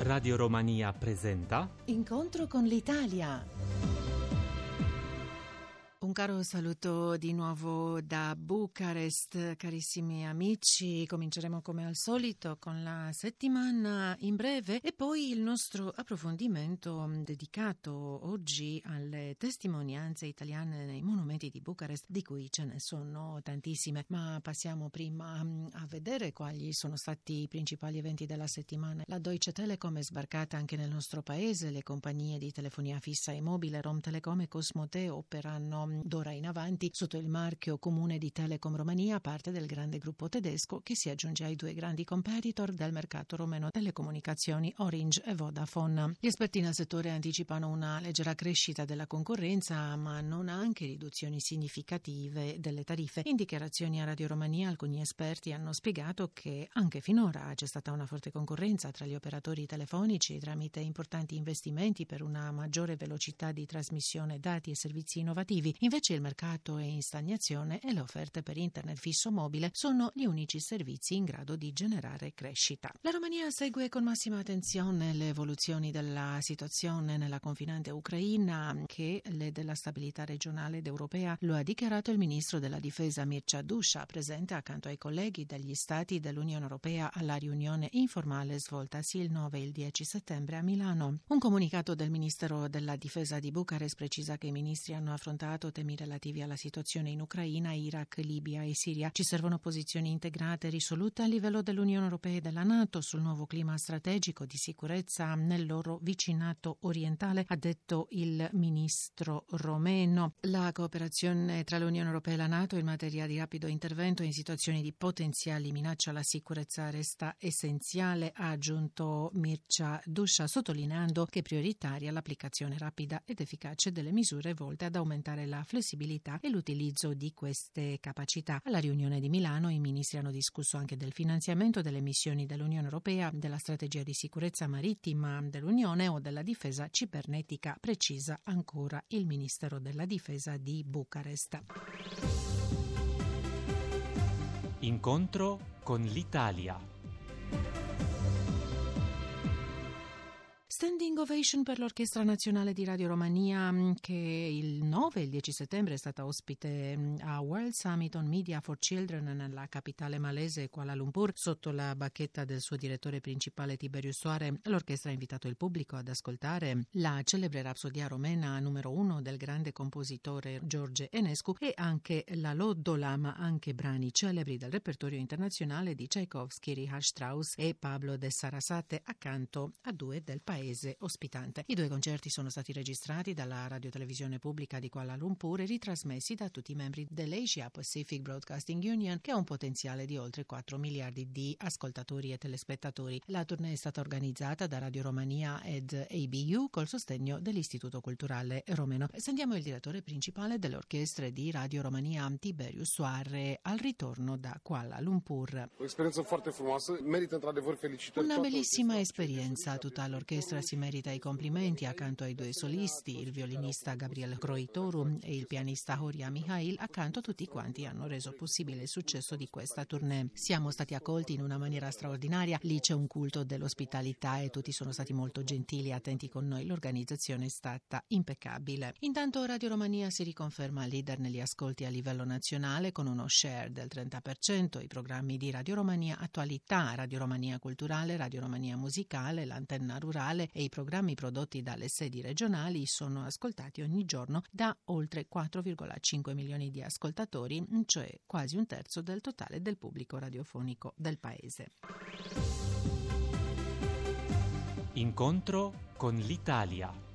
Radio Romania presenta Incontro con l'Italia. Un caro saluto di nuovo da Bucarest, carissimi amici. Cominceremo come al solito con la settimana in breve e poi il nostro approfondimento dedicato oggi alle testimonianze italiane nei monumenti di Bucarest, di cui ce ne sono tantissime. Ma passiamo prima a vedere quali sono stati i principali eventi della settimana. La Deutsche Telekom è sbarcata anche nel nostro paese. Le compagnie di telefonia fissa e mobile Rom Telecom e Cosmote operanno d'ora in avanti sotto il marchio comune di Telecom Romania, parte del grande gruppo tedesco che si aggiunge ai due grandi competitor del mercato romeno telecomunicazioni Orange e Vodafone. Gli esperti nel settore anticipano una leggera crescita della concorrenza, ma non anche riduzioni significative delle tariffe. In dichiarazioni a Radio Romania alcuni esperti hanno spiegato che anche finora c'è stata una forte concorrenza tra gli operatori telefonici tramite importanti investimenti per una maggiore velocità di trasmissione dati e servizi innovativi. Invece il mercato è in stagnazione e le offerte per internet fisso mobile sono gli unici servizi in grado di generare crescita. La Romania segue con massima attenzione le evoluzioni della situazione nella confinante Ucraina, che lede la stabilità regionale ed europea. Lo ha dichiarato il ministro della difesa Mircea Duša, presente accanto ai colleghi degli stati dell'Unione Europea alla riunione informale svoltasi il 9 e il 10 settembre a Milano. Un comunicato del Ministero della Difesa di Bucarest precisa che i ministri hanno affrontato temi relativi alla situazione in Ucraina, Iraq, Libia e Siria. Ci servono posizioni integrate e risolute a livello dell'Unione Europea e della NATO sul nuovo clima strategico di sicurezza nel loro vicinato orientale, ha detto il ministro romeno. La cooperazione tra l'Unione Europea e la NATO in materia di rapido intervento in situazioni di potenziali minacce alla sicurezza resta essenziale, ha aggiunto Mircea Duša, sottolineando che è prioritaria l'applicazione rapida ed efficace delle misure volte ad aumentare la flessibilità e l'utilizzo di queste capacità. Alla riunione di Milano i ministri hanno discusso anche del finanziamento delle missioni dell'Unione Europea, della strategia di sicurezza marittima dell'Unione o della difesa cibernetica, precisa ancora il Ministero della Difesa di Bucarest. Incontro con l'Italia. Standing ovation per l'Orchestra Nazionale di Radio Romania, che il 9 e il 10 settembre è stata ospite a World Summit on Media for Children nella capitale malese Kuala Lumpur. Sotto la bacchetta del suo direttore principale Tiberius Soare, l'orchestra ha invitato il pubblico ad ascoltare la celebre rapsodia romena numero 1 del grande compositore George Enescu e anche la Loddola, ma anche brani celebri del repertorio internazionale di Tchaikovsky, Richard Strauss e Pablo de Sarasate, accanto a due del paese ospitante. I due concerti sono stati registrati dalla radiotelevisione pubblica di Kuala Lumpur e ritrasmessi da tutti i membri dell'Asia Pacific Broadcasting Union, che ha un potenziale di oltre 4 miliardi di ascoltatori e telespettatori. La tournée è stata organizzata da Radio Romania ed ABU col sostegno dell'Istituto Culturale Romeno. Sentiamo il direttore principale delle orchestre di Radio Romania, Tiberius Soare, al ritorno da Kuala Lumpur. Un'esperienza foarte frumoasă, merită într-adevăr felicitări. Una bellissima esperienza, tutta l'orchestra si merita i complimenti accanto ai due solisti, il violinista Gabriel Croitoru e il pianista Horia Mihail, accanto a tutti quanti hanno reso possibile il successo di questa tournée. Siamo stati accolti in una maniera straordinaria, lì c'è un culto dell'ospitalità e tutti sono stati molto gentili e attenti con noi, l'organizzazione è stata impeccabile. Intanto Radio Romania si riconferma leader negli ascolti a livello nazionale con uno share del 30%, i programmi di Radio Romania Attualità, Radio Romania Culturale, Radio Romania Musicale, l'Antenna Rurale e i programmi prodotti dalle sedi regionali sono ascoltati ogni giorno da oltre 4,5 milioni di ascoltatori, cioè quasi un terzo del totale del pubblico radiofonico del paese. Incontro con l'Italia.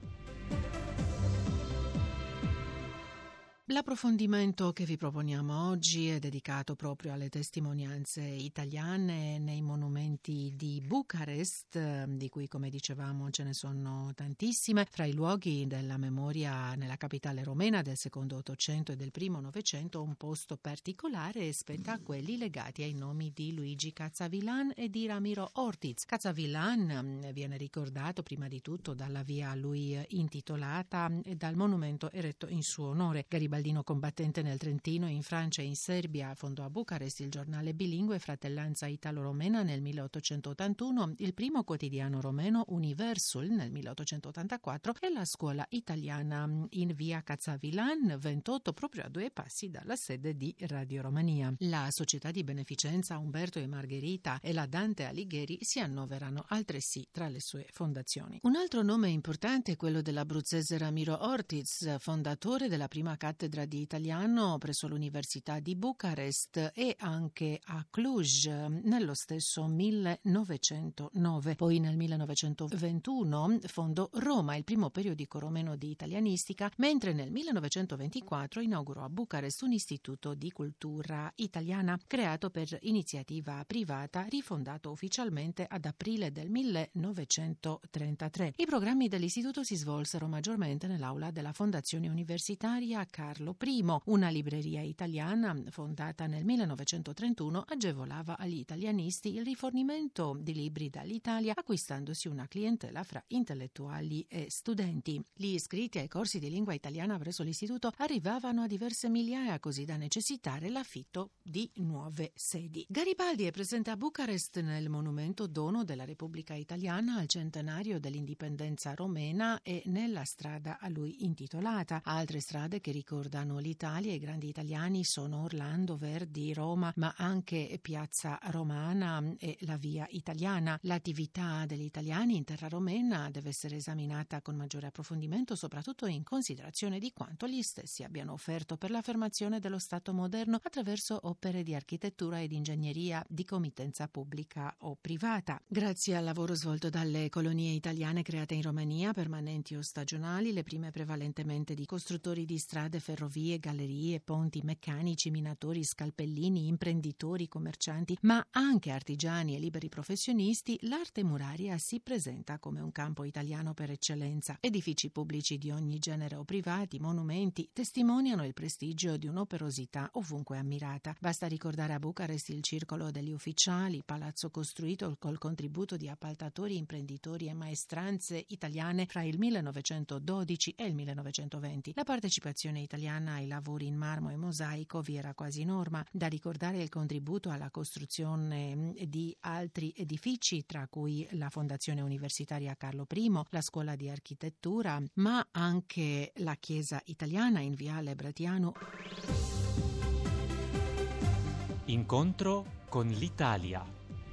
L'approfondimento che vi proponiamo oggi è dedicato proprio alle testimonianze italiane nei monumenti di Bucarest, di cui, come dicevamo, ce ne sono tantissime. Fra i luoghi della memoria nella capitale romena del secondo Ottocento e del primo Novecento, un posto particolare spetta a quelli legati ai nomi di Luigi Cazzavillan e di Ramiro Ortiz. Cazzavillan viene ricordato prima di tutto dalla via a lui intitolata e dal monumento eretto in suo onore. Garibaldi garibaldino combattente nel Trentino, in Francia e in Serbia, fondò a Bucarest il giornale bilingue Fratellanza Italo-Romena nel 1881, il primo quotidiano romeno Universul nel 1884 e la scuola italiana in via Cazzavilan 28, proprio a 2 passi dalla sede di Radio Romania. La società di beneficenza Umberto e Margherita e la Dante Alighieri si annoverano altresì tra le sue fondazioni. Un altro nome importante è quello dell'abruzzese Ramiro Ortiz, fondatore della prima cattedra di italiano presso l'Università di Bucarest e anche a Cluj nello stesso 1909. Poi nel 1921 fondò Roma, il primo periodico romeno di italianistica, mentre nel 1924 inaugurò a Bucarest un istituto di cultura italiana creato per iniziativa privata, rifondato ufficialmente ad aprile del 1933. I programmi dell'istituto si svolsero maggiormente nell'aula della Fondazione Universitaria Carlo I. Una libreria italiana fondata nel 1931 agevolava agli italianisti il rifornimento di libri dall'Italia, acquistandosi una clientela fra intellettuali e studenti. Gli iscritti ai corsi di lingua italiana presso l'istituto arrivavano a diverse migliaia, così da necessitare l'affitto di nuove sedi. Garibaldi è presente a Bucarest nel monumento dono della Repubblica Italiana al centenario dell'indipendenza romena e nella strada a lui intitolata. Altre strade che ricordano l'Italia e i grandi italiani sono Orlando, Verdi, Roma, ma anche Piazza Romana e la Via Italiana. L'attività degli italiani in terra romena deve essere esaminata con maggiore approfondimento, soprattutto in considerazione di quanto gli stessi abbiano offerto per l'affermazione dello Stato moderno attraverso opere di architettura ed ingegneria di committenza pubblica o privata. Grazie al lavoro svolto dalle colonie italiane create in Romania, permanenti o stagionali, le prime prevalentemente di costruttori di strade, ferrovie, gallerie, ponti, meccanici, minatori, scalpellini, imprenditori, commercianti, ma anche artigiani e liberi professionisti, l'arte muraria si presenta come un campo italiano per eccellenza. Edifici pubblici di ogni genere o privati, monumenti, testimoniano il prestigio di un'operosità ovunque ammirata. Basta ricordare a Bucarest il Circolo degli Ufficiali, palazzo costruito col contributo di appaltatori, imprenditori e maestranze italiane fra il 1912 e il 1920. La partecipazione italiana ai lavori in marmo e mosaico vi era quasi norma. Da ricordare il contributo alla costruzione di altri edifici, tra cui la Fondazione Universitaria Carlo I, la Scuola di Architettura, ma anche la Chiesa italiana in Viale Bratiano. Incontro con l'Italia.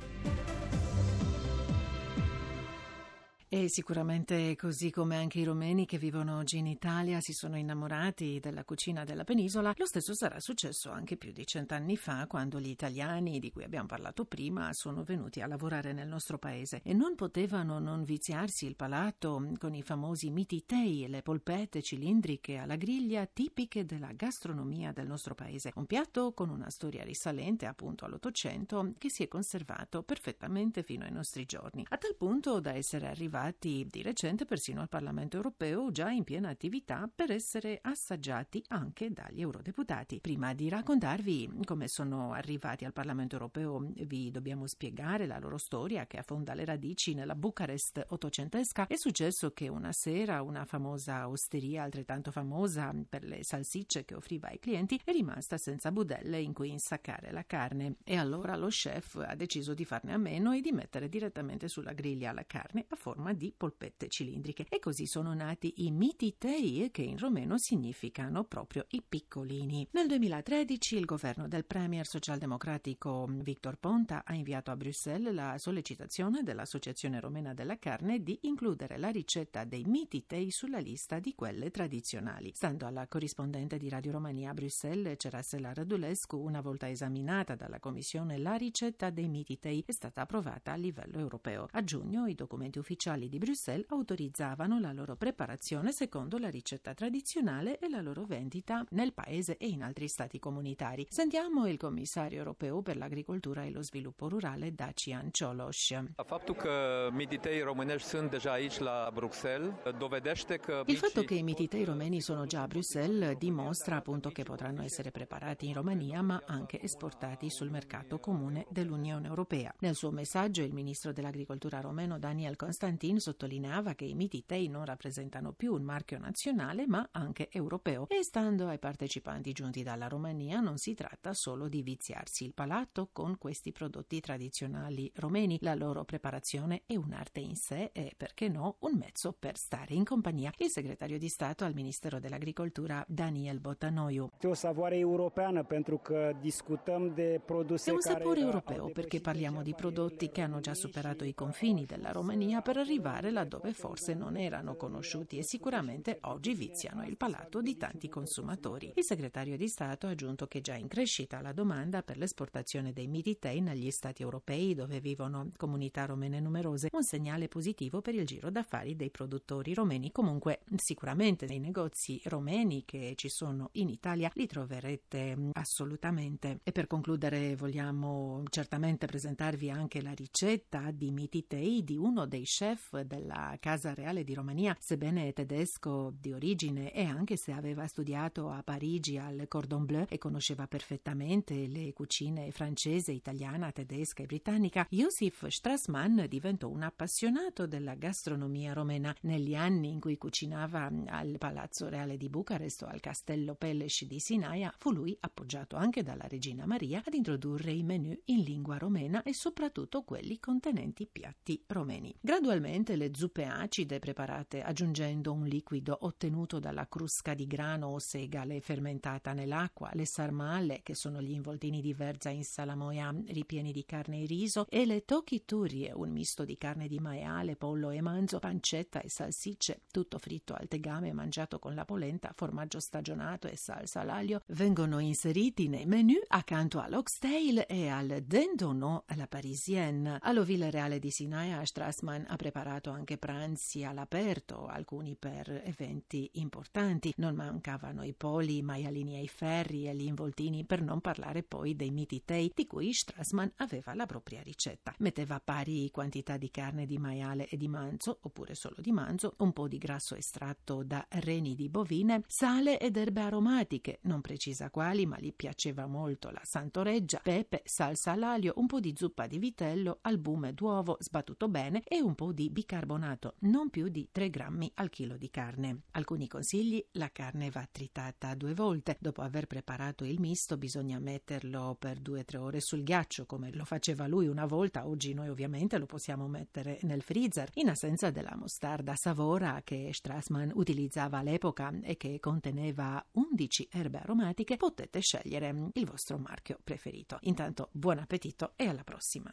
E sicuramente, così come anche i romeni che vivono oggi in Italia si sono innamorati della cucina della penisola, lo stesso sarà successo anche più di 100 anni fa, quando gli italiani, di cui abbiamo parlato prima, sono venuti a lavorare nel nostro paese e non potevano non viziarsi il palato con i famosi mititei e le polpette cilindriche alla griglia tipiche della gastronomia del nostro paese. Un piatto con una storia risalente appunto all'Ottocento che si è conservato perfettamente fino ai nostri giorni, a tal punto da essere arrivati di recente persino al Parlamento europeo, già in piena attività per essere assaggiati anche dagli eurodeputati. Prima di raccontarvi come sono arrivati al Parlamento europeo, vi dobbiamo spiegare la loro storia, che affonda le radici nella Bucarest ottocentesca. È successo che una sera una famosa osteria, altrettanto famosa per le salsicce che offriva ai clienti, è rimasta senza budelle in cui insaccare la carne, e allora lo chef ha deciso di farne a meno e di mettere direttamente sulla griglia la carne a forma di polpette cilindriche, e così sono nati i mititei, che in romeno significano proprio i piccolini. Nel 2013 il governo del premier socialdemocratico Victor Ponta ha inviato a Bruxelles la sollecitazione dell'Associazione Romena della Carne di includere la ricetta dei mititei sulla lista di quelle tradizionali. Stando alla corrispondente di Radio Romania a Bruxelles, Cerasela Radulescu, una volta esaminata dalla Commissione, la ricetta dei mititei è stata approvata a livello europeo. A giugno i documenti ufficiali di Bruxelles autorizzavano la loro preparazione secondo la ricetta tradizionale e la loro vendita nel paese e in altri stati comunitari. Sentiamo il commissario europeo per l'agricoltura e lo sviluppo rurale, Dacian Cioloș. Faptul că mititei românești sunt deja aici la Bruxelles dovedește că il fatto che i mititei romeni sono già a Bruxelles dimostra appunto che potranno essere preparati in Romania ma anche esportati sul mercato comune dell'Unione Europea. Nel suo messaggio il ministro dell'agricoltura romeno Daniel Constantin Valentin sottolineava che i Mititei non rappresentano più un marchio nazionale ma anche europeo e stando ai partecipanti giunti dalla Romania non si tratta solo di viziarsi il palato con questi prodotti tradizionali romeni. La loro preparazione è un'arte in sé e, perché no, un mezzo per stare in compagnia. Il segretario di Stato al Ministero dell'Agricoltura Daniel Botanoiu. È un sapore european pentru că discutăm de produse. È un sapore europeo perché parliamo di prodotti che hanno già superato i confini della Romania per arrivare laddove forse non erano conosciuti e sicuramente oggi viziano il palato di tanti consumatori. Il segretario di Stato ha aggiunto che è già in crescita la domanda per l'esportazione dei Mititei negli stati europei dove vivono comunità romene numerose, un segnale positivo per il giro d'affari dei produttori romeni. Comunque sicuramente nei negozi romeni che ci sono in Italia li troverete assolutamente. E per concludere vogliamo certamente presentarvi anche la ricetta di Mititei di uno dei chef della Casa Reale di Romania, sebbene tedesco di origine e anche se aveva studiato a Parigi al Cordon Bleu e conosceva perfettamente le cucine francese, italiana, tedesca e britannica. Josif Strassmann diventò un appassionato della gastronomia romena. Negli anni in cui cucinava al Palazzo Reale di Bucarest o al Castello Peles di Sinaia, fu lui appoggiato anche dalla regina Maria ad introdurre i menù in lingua romena e soprattutto quelli contenenti piatti romeni. Gradualmente le zuppe acide preparate aggiungendo un liquido ottenuto dalla crusca di grano o segale fermentata nell'acqua, le sarmale che sono gli involtini di verza in salamoia ripieni di carne e riso e le tochiturie, un misto di carne di maiale, pollo e manzo, pancetta e salsicce, tutto fritto al tegame mangiato con la polenta, formaggio stagionato e salsa all'aglio, vengono inseriti nei menù accanto all'oxtail e al dindon alla parisienne. All'Ovile Reale di Sinaia Strassmann ha preparato anche pranzi all'aperto, alcuni per eventi importanti. Non mancavano i poli, i maialini ai ferri e gli involtini, per non parlare poi dei Mititei, di cui Strassmann aveva la propria ricetta. Metteva pari quantità di carne di maiale e di manzo, oppure solo di manzo, un po' di grasso estratto da reni di bovine, sale ed erbe aromatiche, non precisa quali, ma gli piaceva molto la santoreggia, pepe, salsa all'aglio, un po' di zuppa di vitello, albume d'uovo sbattuto bene e un po' di bicarbonato, non più di 3 grammi al chilo di carne. Alcuni consigli: la carne va tritata 2 volte. Dopo aver preparato il misto bisogna metterlo per 2-3 ore sul ghiaccio, come lo faceva lui una volta. Oggi noi ovviamente lo possiamo mettere nel freezer. In assenza della mostarda Savora che Strassmann utilizzava all'epoca e che conteneva 11 erbe aromatiche, potete scegliere il vostro marchio preferito. Intanto buon appetito e alla prossima.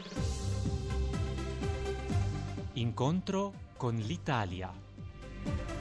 Incontro con l'Italia.